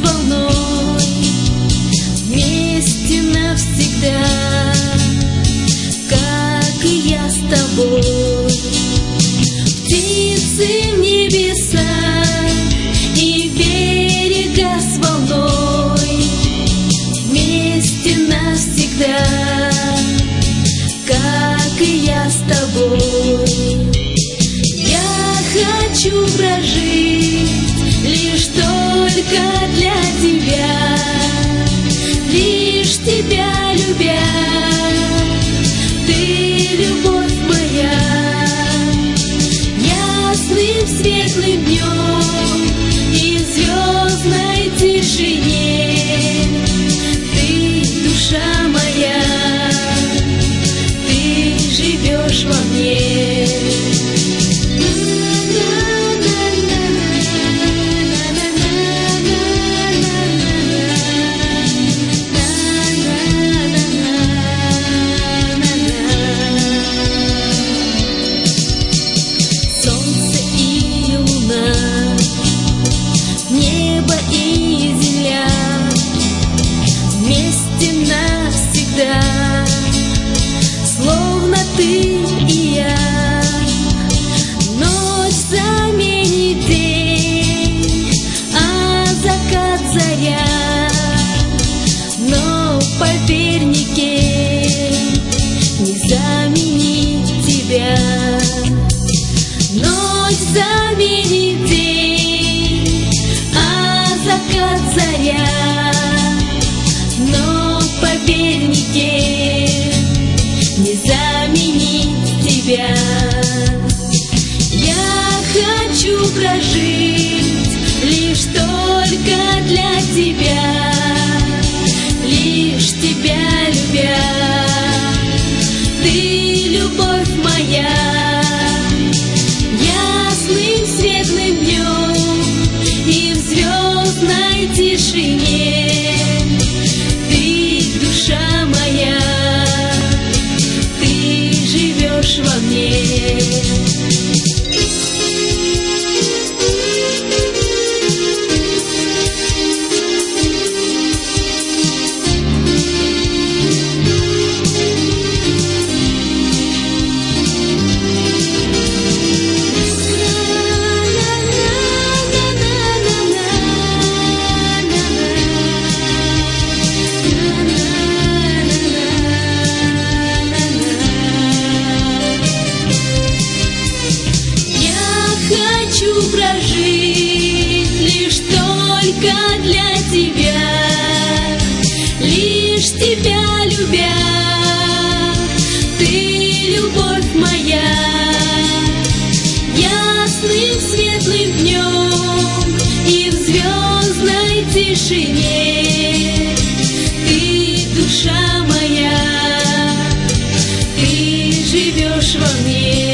волной, вместе навсегда, как и я с тобой. Птицы в небесах и берега с волной, вместе навсегда, как и я с тобой. Я хочу прожить лишь только для тебя, лишь тебя любя. Ты любовь моя, ясным светлым днем и в звездной тишине. Ты душа моя, ты живешь во мне. Словно ты и я, ночь заменит день, а закат заря. Но поверь, никем не заменить тебя. Ночь заменит день, а закат заря. Но поверь, никем не заменить тебя. Я хочу прожить лишь только для тебя, лишь тебя любя. Ты любовь моя, ясным светлым днем и в звездной тишине. Ты душа моя, ты живешь во мне. Прожить лишь только для тебя, лишь тебя любя. Ты любовь моя, ясным светлым днем и в звездной тишине. Ты душа моя, ты живешь во мне.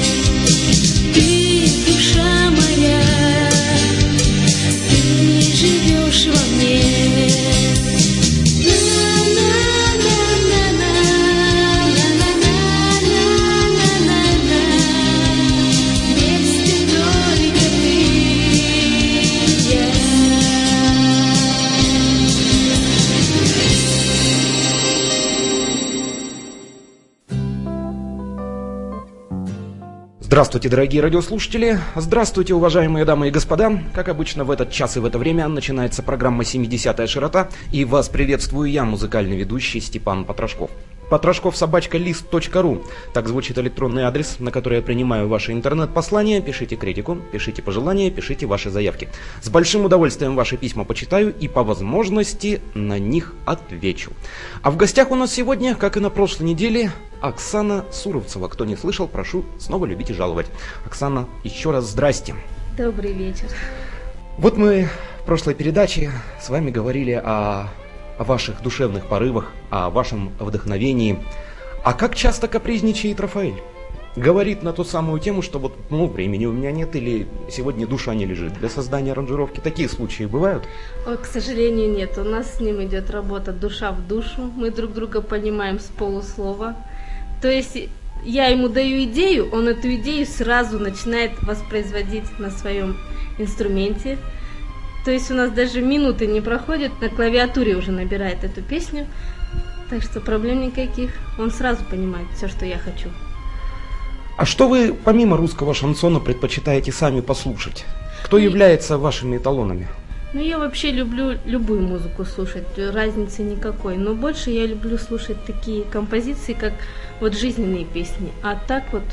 Здравствуйте, дорогие радиослушатели! Здравствуйте, уважаемые дамы и господа! Как обычно, в этот час и в это время начинается программа «70-я широта», и вас приветствую я, музыкальный ведущий Степан Потрошков. Потрошков@list.ru. Так звучит электронный адрес, на который я принимаю ваши интернет-послания. Пишите критику, пишите пожелания, пишите ваши заявки. С большим удовольствием ваши письма почитаю и по возможности на них отвечу. А в гостях у нас сегодня, как и на прошлой неделе, Оксана Суровцева. Кто не слышал, прошу снова любить и жаловать. Оксана, еще раз здрасте. Добрый вечер. Вот мы в прошлой передаче с вами говорили о ваших душевных порывах, о вашем вдохновении. А как часто капризничает Рафаэль? Говорит на ту самую тему, что вот, времени у меня нет, или сегодня душа не лежит для создания аранжировки. Такие случаи бывают? К сожалению, нет. У нас с ним идет работа душа в душу. Мы друг друга понимаем с полуслова. То есть я ему даю идею, он эту идею сразу начинает воспроизводить на своем инструменте. То есть у нас даже минуты не проходит, на клавиатуре уже набирает эту песню. Так что проблем никаких. Он сразу понимает все, что я хочу. А что вы помимо русского шансона предпочитаете сами послушать? Кто является вашими эталонами? Ну, я вообще люблю любую музыку слушать, разницы никакой. Но больше я люблю слушать такие композиции, как вот жизненные песни. А так вот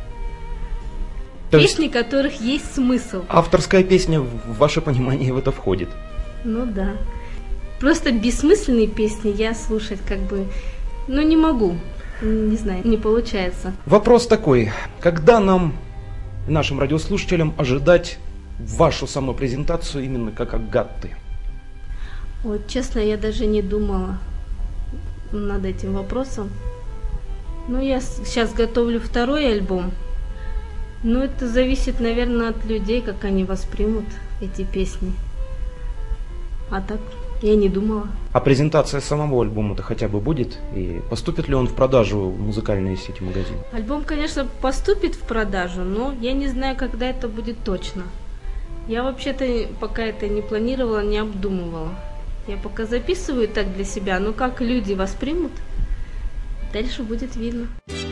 То песни, которых есть смысл. Авторская песня в ваше понимание в это входит? Ну да. Просто бессмысленные песни я слушать как бы, ну не могу. Не знаю, не получается. Вопрос такой. Когда нам, нашим радиослушателям, ожидать вашу самопрезентацию именно как Агатты? Вот честно, я даже не думала над этим вопросом. Ну, я сейчас готовлю второй альбом. Но это зависит, наверное, от людей, как они воспримут эти песни. А так, я не думала. А презентация самого альбома-то хотя бы будет? И поступит ли он в продажу в музыкальные сети магазинов? Альбом, конечно, поступит в продажу, но я не знаю, когда это будет точно. Я вообще-то пока это не планировала, не обдумывала. Я пока записываю так для себя, но как люди воспримут, дальше будет видно.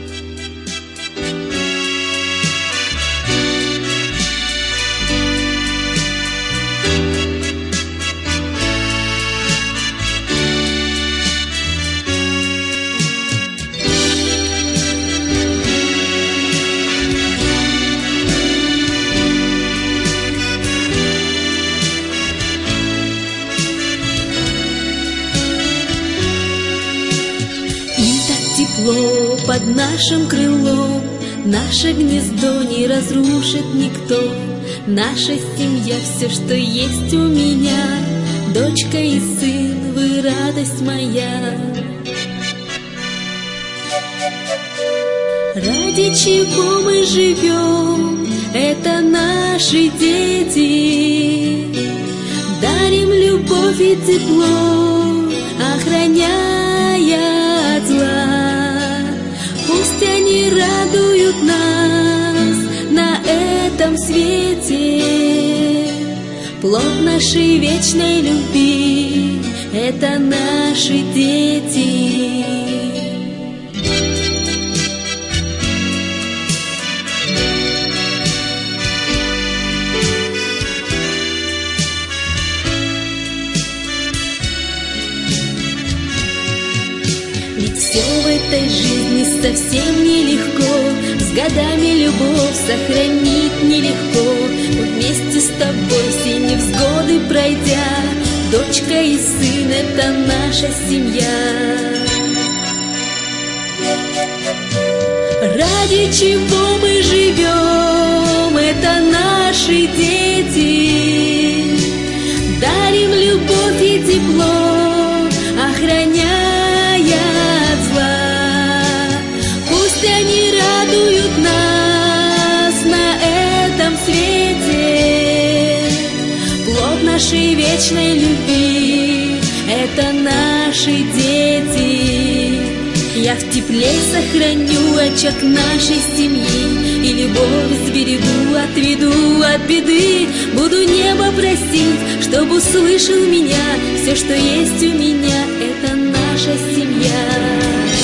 Тепло под нашим крылом, наше гнездо не разрушит никто. Наша семья, все, что есть у меня, дочка и сын, вы радость моя. Ради чего мы живем, это наши дети. Дарим любовь и тепло, охраняя от зла. Пусть они радуют нас на этом свете. Плод нашей вечной любви — это наши дети. Ведь все в этой жизни совсем нелегко, с годами любовь сохранить нелегко. Но вместе с тобой все невзгоды пройдя, дочка и сын — это наша семья. Ради чего мы живем, это наши дети. Дарим любовь и тепло, охраняя от зла. Пусть они радуют нас на этом свете. Плод нашей вечной любви — это наши дети. Я в тепле сохраню очаг нашей семьи, и любовь сберегу, отведу от беды. Буду небо просить, чтобы услышал меня. Все, что есть у меня, это наша семья.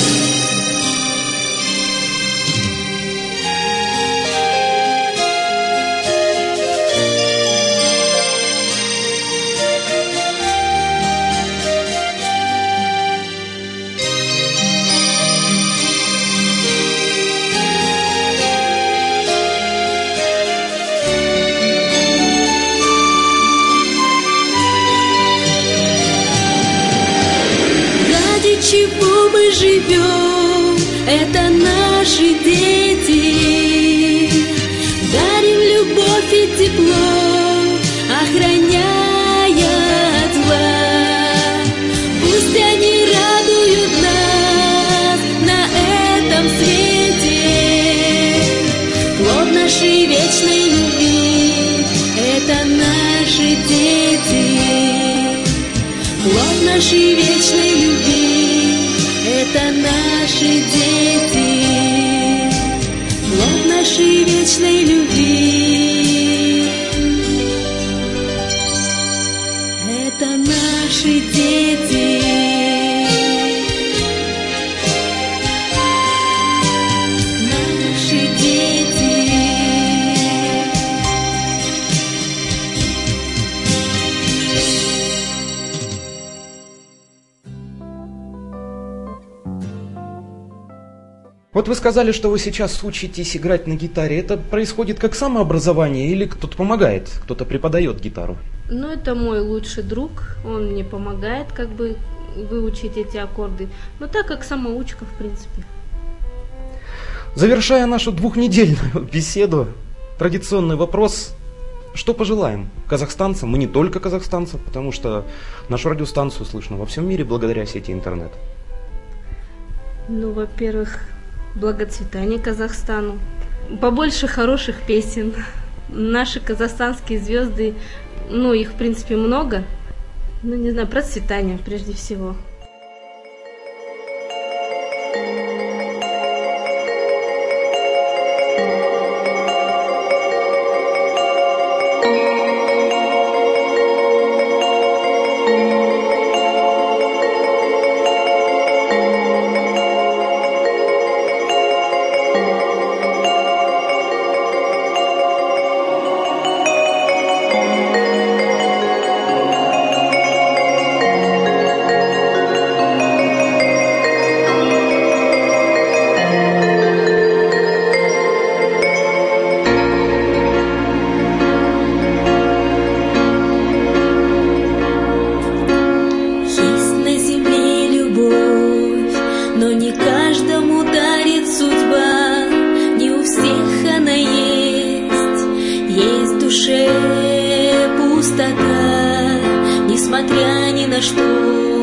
Чего мы живем, это наши дети. Дарим любовь и тепло, охраняя от зла. Пусть они радуют нас на этом свете. Плод нашей вечной любви — это наши дети. Плод нашей вечной любви — это наши дети. Плод нашей вечной любви. Вот вы сказали, что вы сейчас учитесь играть на гитаре. Это происходит как самообразование или кто-то помогает, кто-то преподает гитару? Ну, это мой лучший друг, он мне помогает как бы выучить эти аккорды. Ну, так как самоучка, в принципе. Завершая нашу двухнедельную беседу, традиционный вопрос. Что пожелаем казахстанцам, мы не только казахстанцам, потому что нашу радиостанцию слышно во всем мире благодаря сети интернет. Ну, во-первых, благоцветания Казахстану, побольше хороших песен. Наши казахстанские звезды, ну, их в принципе много, ну, не знаю, процветания прежде всего. Несмотря ни на что,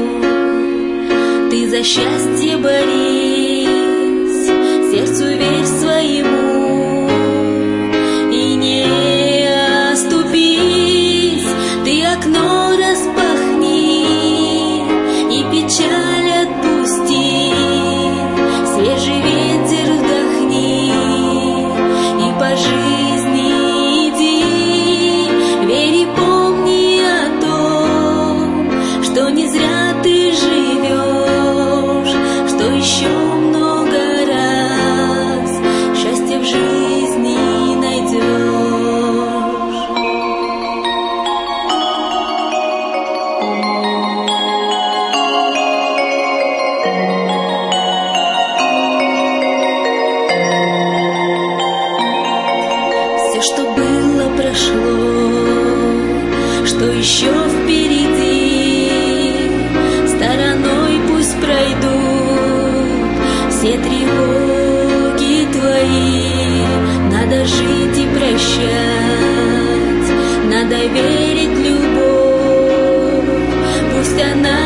ты за счастье борись, сердцу верь своему и не оступись. Ты окно распахни и печаль отпусти, свежий ветер вдохни и по жизни иди. Верь и помни о том, что не зря ты живешь, что еще много раз счастье в жизни найдешь. Все, что было, прошло, что еще впереди, стороной пусть пройдут все тревоги твои. Надо жить и прощать, надо верить в любовь, пусть она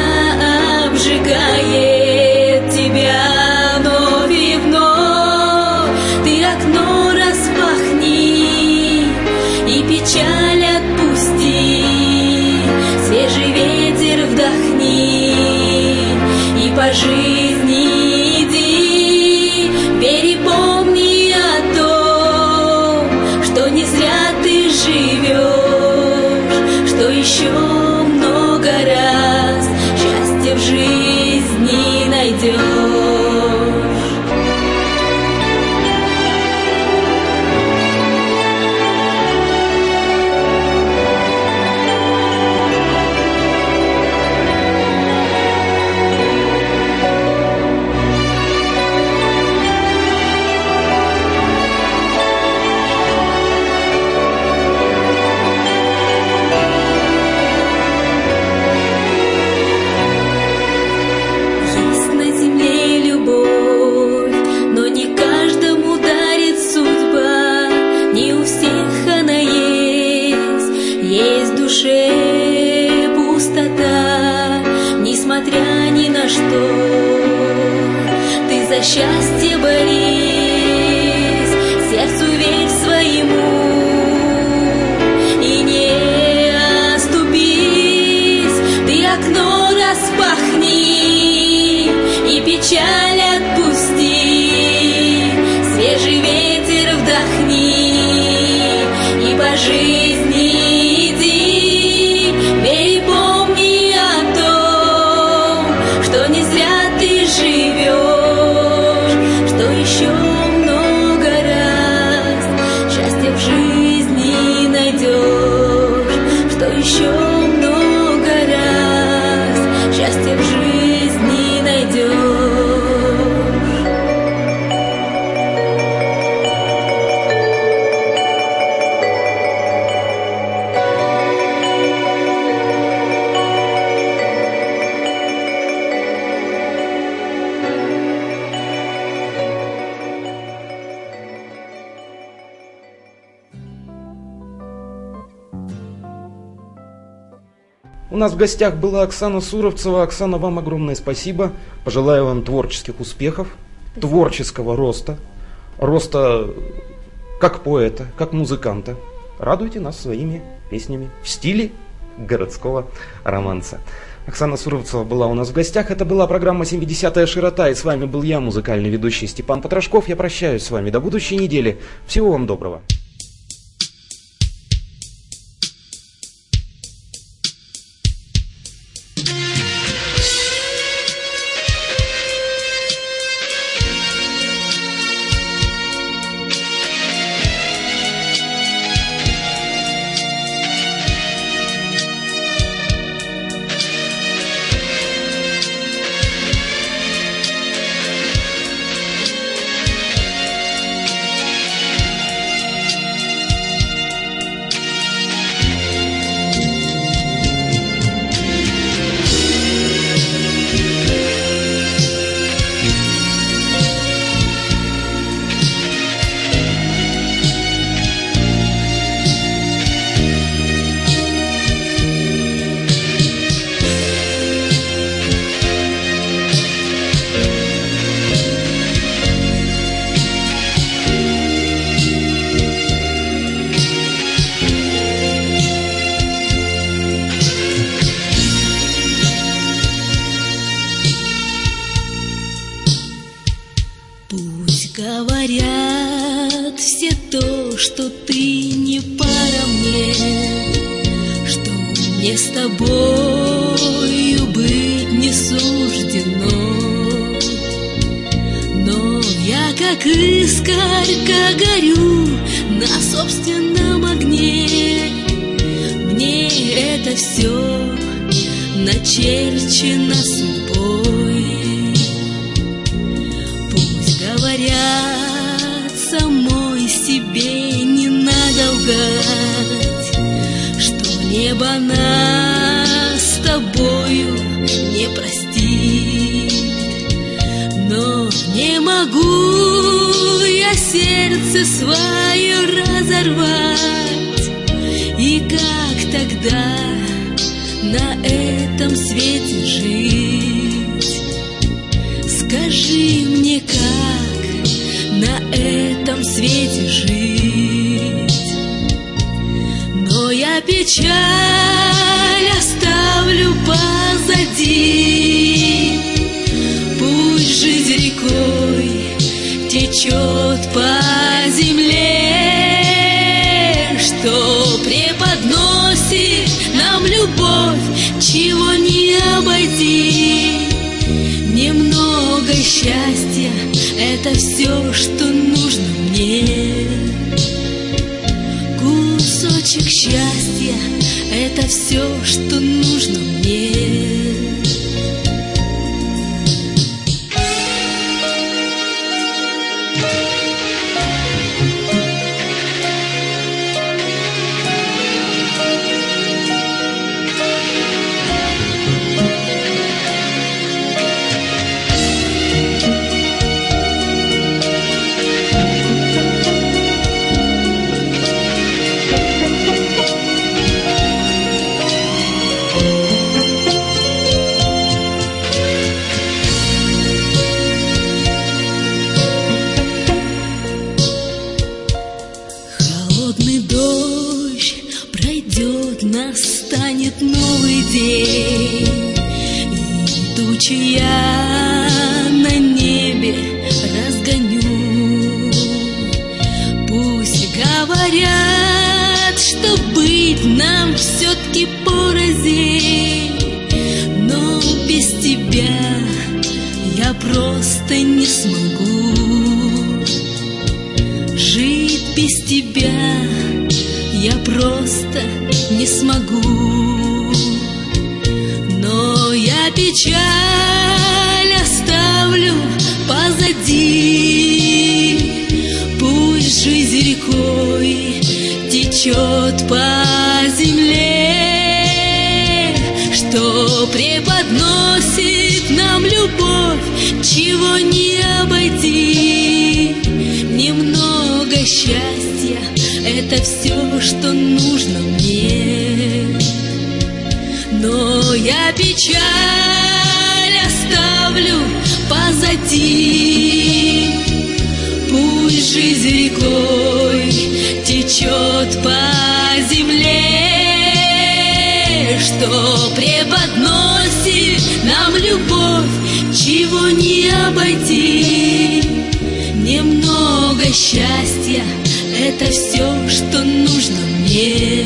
обжигает тебя вновь и вновь. Ты окно распахни и печаль отпусти, свежий ветер вдохни и по жизни иди. Верь и помни о том, что не зря ты живешь, что еще много раз счастье в жизни найдешь. Есть на земле любовь, но не каждому дарит судьба, не у всех она есть. Есть в душе пустота, несмотря ни на что, ты за счастье борись, сердцу верь своему и не оступись. Ты окно распахни и печаль отпусти, свежий ветер вдохни и по жизни иди. Верь и помни о том, что не зря ты живешь, что еще много раз счастье в жизни найдешь, что еще много раз счастье в жизни найдешь. У нас в гостях была Оксана Суровцева. Оксана, вам огромное спасибо. Пожелаю вам творческих успехов, творческого роста как поэта, как музыканта. Радуйте нас своими песнями в стиле городского романса. Оксана Суровцева была у нас в гостях. Это была программа «70-я широта». И с вами был я, музыкальный ведущий Степан Потрошков. Я прощаюсь с вами до будущей недели. Всего вам доброго. Говорят все то, что ты не пара мне, что мне с тобою быть не суждено. Но я как искорка горю на собственном огне. Мне это все начерчено судьбой. Говорят, самой себе не надо лгать, что небо нас с тобою не простит. Но не могу я сердце свое разорвать. И как тогда на этом свете жить? Скажи мне, как на этом свете жить? Но я печаль оставлю позади. Пусть жизнь рекой течет по земле, что преподносит нам любовь, чего не обойти. Немного счастья — это все, что нужно мне. Кусочек счастья — это все, что нужно мне. Настанет новый день, и тучи я на небе разгоню. Пусть говорят, что быть нам все-таки порознь, но без тебя я просто не смогу. Жить без тебя я просто не смогу. Но я печаль оставлю позади. Пусть жизнь рекой течет по земле, что преподносит нам любовь, чего не обойти. Немного счастья — это все, что нужно мне. Но я печаль оставлю позади. Пусть жизнь рекой течет по земле, что преподносит нам любовь, чего не обойти. Немного счастья — это все, что нужно мне.